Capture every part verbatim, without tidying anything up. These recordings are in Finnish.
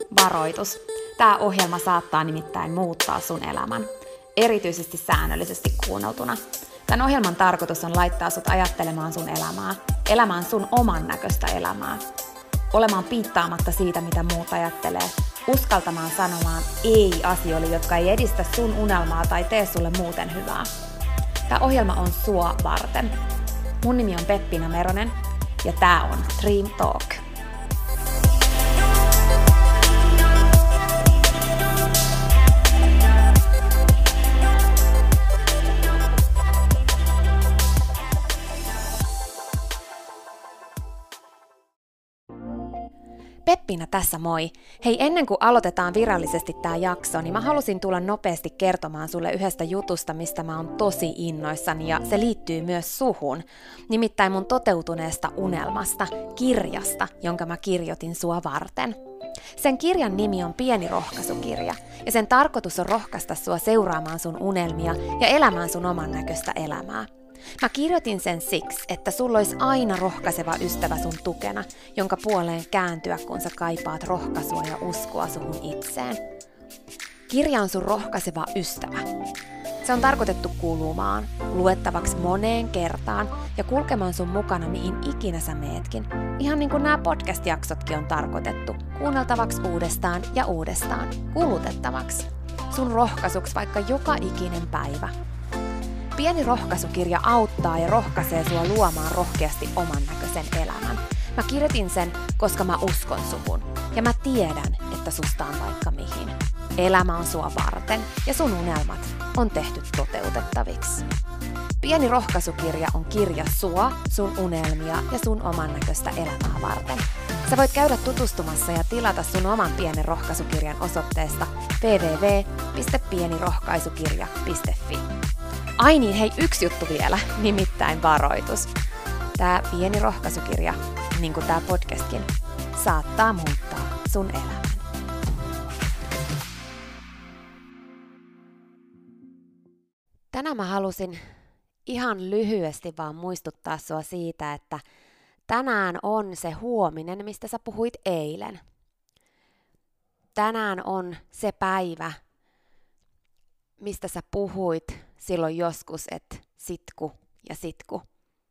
Varoitus. Tämä ohjelma saattaa nimittäin muuttaa sun elämän, erityisesti säännöllisesti kuunneltuna. Tämän ohjelman tarkoitus on laittaa sut ajattelemaan sun elämää, elämään sun oman näköistä elämää, olemaan piittaamatta siitä, mitä muut ajattelee, uskaltamaan sanomaan ei asioille, jotka ei edistä sun unelmaa tai tee sulle muuten hyvää. Tämä ohjelma on sua varten. Mun nimi on Peppina Meronen ja tää on Dream Talk. Peppina tässä moi! Hei, ennen kuin aloitetaan virallisesti tää jakso, niin mä halusin tulla nopeasti kertomaan sulle yhdestä jutusta, mistä mä oon tosi innoissani, ja se liittyy myös suhun. Nimittäin mun toteutuneesta unelmasta, kirjasta, jonka mä kirjoitin sua varten. Sen kirjan nimi on Pieni rohkaisukirja, ja sen tarkoitus on rohkaista sua seuraamaan sun unelmia ja elämään sun oman näköistä elämää. Mä kirjoitin sen siksi, että sulla olisi aina rohkaiseva ystävä sun tukena, jonka puoleen kääntyä, kun sä kaipaat rohkaisua ja uskoa suhun itseen. Kirja on sun rohkaiseva ystävä. Se on tarkoitettu kuulumaan, luettavaksi moneen kertaan ja kulkemaan sun mukana mihin ikinä sä meetkin. Ihan niin kuin nämä podcast-jaksotkin on tarkoitettu, kuunneltavaksi uudestaan ja uudestaan, kulutettavaksi. Sun rohkaisuksi vaikka joka ikinen päivä. Pieni rohkaisukirja auttaa ja rohkaisee sua luomaan rohkeasti oman näköisen elämän. Mä kirjoitin sen, koska mä uskon suhun. Ja mä tiedän, että susta on vaikka mihin. Elämä on sua varten ja sun unelmat on tehty toteutettaviksi. Pieni rohkaisukirja on kirja sua, sun unelmia ja sun oman näköistä elämää varten. Sä voit käydä tutustumassa ja tilata sun oman pienen rohkaisukirjan osoitteesta double-u double-u double-u piste pienirohkaisukirja piste fi. Ai niin, hei, yksi juttu vielä, nimittäin varoitus. Tää pieni rohkaisukirja, niin kuin tää podcastkin, saattaa muuttaa sun elämän. Tänään mä halusin ihan lyhyesti vaan muistuttaa sua siitä, että tänään on se huominen, mistä sä puhuit eilen. Tänään on se päivä, mistä sä puhuit silloin joskus, että sitku ja sitku.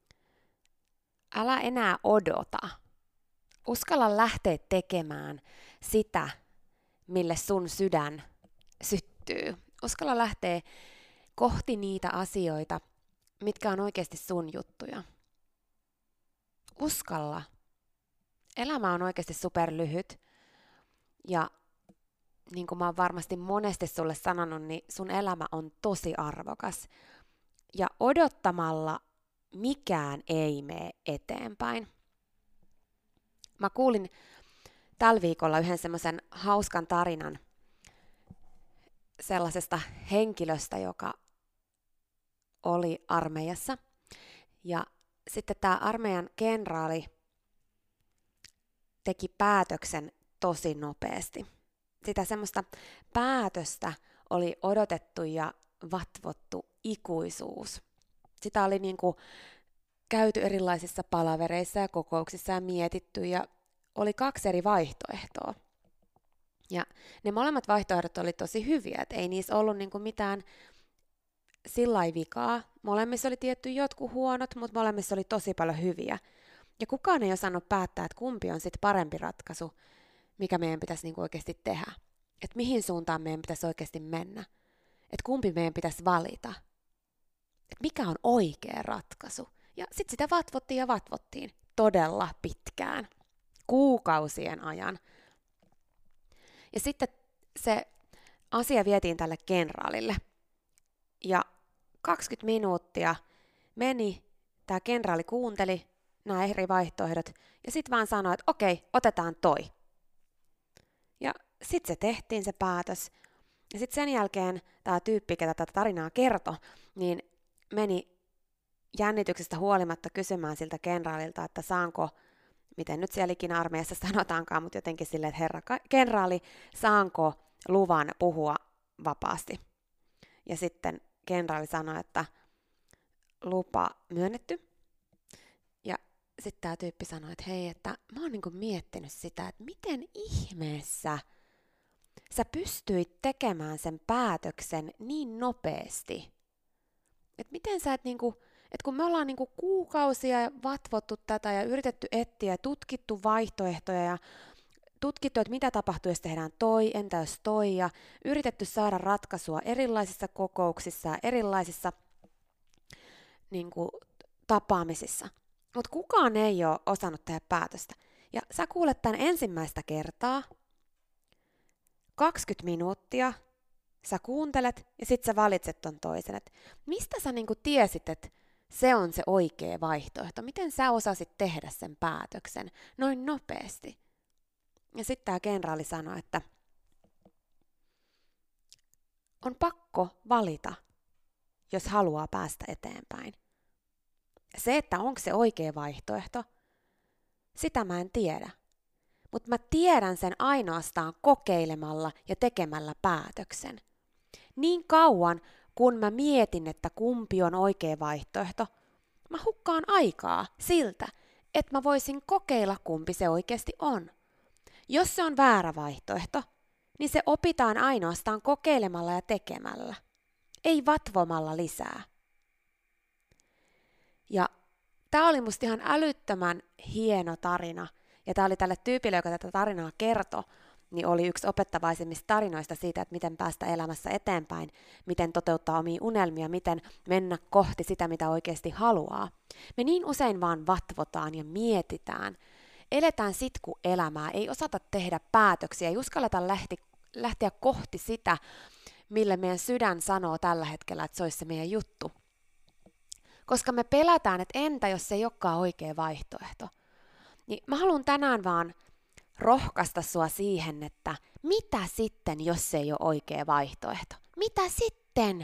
Älä enää odota. Uskalla lähteä tekemään sitä, mille sun sydän syttyy. Uskalla lähteä kohti niitä asioita, mitkä on oikeasti sun juttuja. Uskalla. Elämä on oikeasti superlyhyt ja niin kuin mä oon varmasti monesti sulle sanonut, niin sun elämä on tosi arvokas. Ja odottamalla mikään ei mene eteenpäin. Mä kuulin tällä viikolla yhden semmoisen hauskan tarinan sellaisesta henkilöstä, joka oli armeijassa. Ja sitten tämä armeijan kenraali teki päätöksen tosi nopeasti. Sitä semmoista päätöstä oli odotettu ja vatvottu ikuisuus. Sitä oli niin kuin käyty erilaisissa palavereissa ja kokouksissa ja mietitty ja oli kaksi eri vaihtoehtoa. Ja ne molemmat vaihtoehdot oli tosi hyviä, että ei niissä ollut niin kuin mitään sillai vikaa. Molemmissa oli tietty jotkut huonot, mutta molemmissa oli tosi paljon hyviä. Ja kukaan ei osannut päättää, että kumpi on sitten parempi ratkaisu, mikä meidän pitäisi niinku oikeasti tehdä. Että mihin suuntaan meidän pitäisi oikeasti mennä. Että kumpi meidän pitäisi valita. Että mikä on oikea ratkaisu. Ja sitten sitä vatvottiin ja vatvottiin todella pitkään. Kuukausien ajan. Ja sitten se asia vietiin tälle kenraalille. Ja kaksikymmentä minuuttia meni, tämä kenraali kuunteli nämä eri vaihtoehdot ja sitten vaan sanoi, että okei, otetaan toi. Ja sitten se tehtiin se päätös. Ja sitten sen jälkeen tämä tyyppi, ketä tätä tarinaa kertoi, niin meni jännityksestä huolimatta kysymään siltä kenraalilta, että saanko, miten nyt siellä ikinä armeijassa sanotaankaan, mutta jotenkin silleen, että herra kenraali, saanko luvan puhua vapaasti. Ja sitten kenraali sanoi, että lupa myönnetty. Ja sitten tämä tyyppi sanoi, että hei, että mä oon niinku miettinyt sitä, että miten ihmeessä sä pystyit tekemään sen päätöksen niin nopeasti. Että miten sä et niinku, että kun me ollaan niinku kuukausia vatvottu tätä ja yritetty etsiä ja tutkittu vaihtoehtoja ja tutkittu, että mitä tapahtuu, jos tehdään toi, entä jos toi, ja yritetty saada ratkaisua erilaisissa kokouksissa ja erilaisissa niin kuin, tapaamisissa. Mutta kukaan ei ole osannut tehdä päätöstä. Ja sä kuulet tämän ensimmäistä kertaa, kaksikymmentä minuuttia, sä kuuntelet ja sit sä valitset ton toisen. Et mistä sä niin kuin tiesit, että se on se oikea vaihtoehto? Miten sä osasit tehdä sen päätöksen noin nopeasti? Ja sitten tämä kenraali sanoi, että on pakko valita, jos haluaa päästä eteenpäin. Se, että onko se oikea vaihtoehto, sitä mä en tiedä. Mutta mä tiedän sen ainoastaan kokeilemalla ja tekemällä päätöksen. Niin kauan, kun mä mietin, että kumpi on oikea vaihtoehto, mä hukkaan aikaa siltä, että mä voisin kokeilla, kumpi se oikeasti on. Jos se on väärä vaihtoehto, niin se opitaan ainoastaan kokeilemalla ja tekemällä, ei vatvomalla lisää. Ja tämä oli musta ihan älyttömän hieno tarina, ja tämä oli tälle tyypille, joka tätä tarinaa kertoi, niin oli yksi opettavaisimmista tarinoista siitä, että miten päästä elämässä eteenpäin, miten toteuttaa omia unelmia, miten mennä kohti sitä, mitä oikeasti haluaa. Me niin usein vaan vatvotaan ja mietitään, eletään sitku-elämää, ei osata tehdä päätöksiä, ei uskalleta lähti, lähteä kohti sitä, mille meidän sydän sanoo tällä hetkellä, että se olisi se meidän juttu. Koska me pelätään, että entä jos se ei olekaan oikea vaihtoehto. Niin mä haluan tänään vaan rohkaista sua siihen, että mitä sitten, jos se ei ole oikea vaihtoehto? Mitä sitten?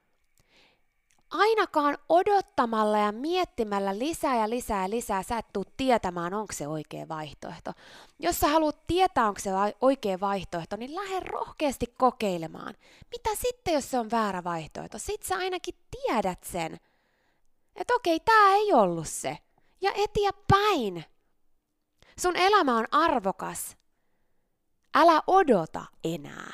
Ainakaan odottamalla ja miettimällä lisää ja lisää ja lisää sä et tuu tietämään, onko se oikea vaihtoehto. Jos sä haluat tietää, onko se oikea vaihtoehto, niin lähde rohkeasti kokeilemaan. Mitä sitten, jos se on väärä vaihtoehto? Sitten sä ainakin tiedät sen, että okei, tää ei ollut se. Ja eteenpäin. Sun elämä on arvokas. Älä odota enää.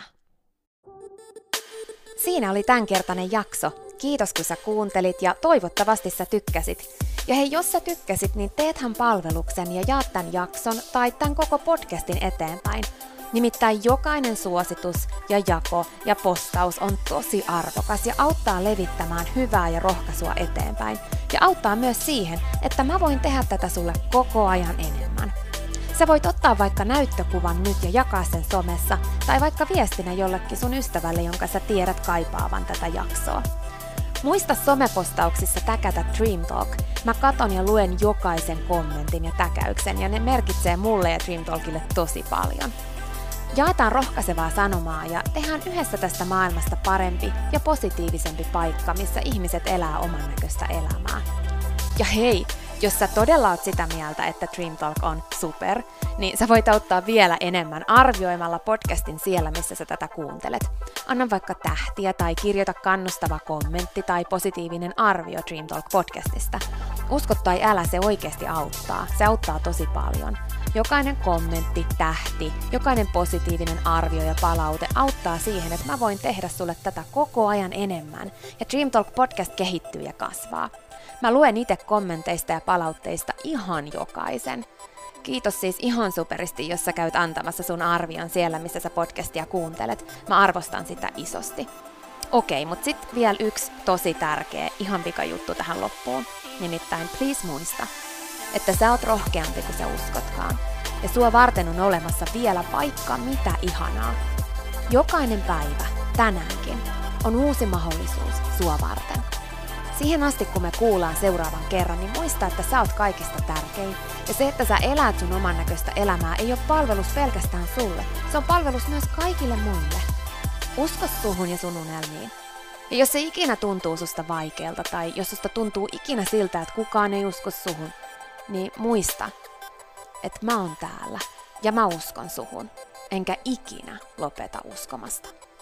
Siinä oli tämänkertainen jakso. Kiitos kun sä kuuntelit ja toivottavasti sä tykkäsit. Ja hei, jos sä tykkäsit, niin teethän palveluksen ja jaat tämän jakson tai tämän koko podcastin eteenpäin. Nimittäin jokainen suositus ja jako ja postaus on tosi arvokas ja auttaa levittämään hyvää ja rohkaisua eteenpäin. Ja auttaa myös siihen, että mä voin tehdä tätä sulle koko ajan enemmän. Sä voit ottaa vaikka näyttökuvan nyt ja jakaa sen somessa, tai vaikka viestinä jollekin sun ystävälle, jonka sä tiedät kaipaavan tätä jaksoa. Muista somepostauksissa täkätä Dream Talk. Mä katon ja luen jokaisen kommentin ja täkäyksen, ja ne merkitsee mulle ja Dream Talkille tosi paljon. Jaetaan rohkaisevaa sanomaa ja tehdään yhdessä tästä maailmasta parempi ja positiivisempi paikka, missä ihmiset elää oman näköistä elämää. Ja hei, jos sä todella oot sitä mieltä, että Dream Talk on super, niin sä voit auttaa vielä enemmän arvioimalla podcastin siellä, missä sä tätä kuuntelet. Anna vaikka tähtiä tai kirjoita kannustava kommentti tai positiivinen arvio Dream Talk podcastista. Usko tai älä, se oikeasti auttaa. Se auttaa tosi paljon. Jokainen kommentti, tähti, jokainen positiivinen arvio ja palaute auttaa siihen, että mä voin tehdä sulle tätä koko ajan enemmän. Ja Dream Talk podcast kehittyy ja kasvaa. Mä luen itse kommenteista ja palautteista ihan jokaisen. Kiitos siis ihan superisti, jos sä käyt antamassa sun arvion siellä, missä sä podcastia kuuntelet. Mä arvostan sitä isosti. Okei, mut sit vielä yksi tosi tärkeä, ihan pikajuttu tähän loppuun. Nimittäin please muista, että sä oot rohkeampi kuin sä uskotkaan. Ja sua varten on olemassa vielä vaikka mitä ihanaa. Jokainen päivä, tänäänkin, on uusi mahdollisuus sua varten. Siihen asti, kun me kuullaan seuraavan kerran, niin muista, että sä oot kaikista tärkein. Ja se, että sä elät sun oman näköistä elämää, ei ole palvelus pelkästään sulle. Se on palvelus myös kaikille muille. Usko suhun ja sun unelmiin. Ja jos se ikinä tuntuu susta vaikealta, tai jos susta tuntuu ikinä siltä, että kukaan ei usko suhun, niin muista, että mä oon täällä. Ja mä uskon suhun. Enkä ikinä lopeta uskomasta.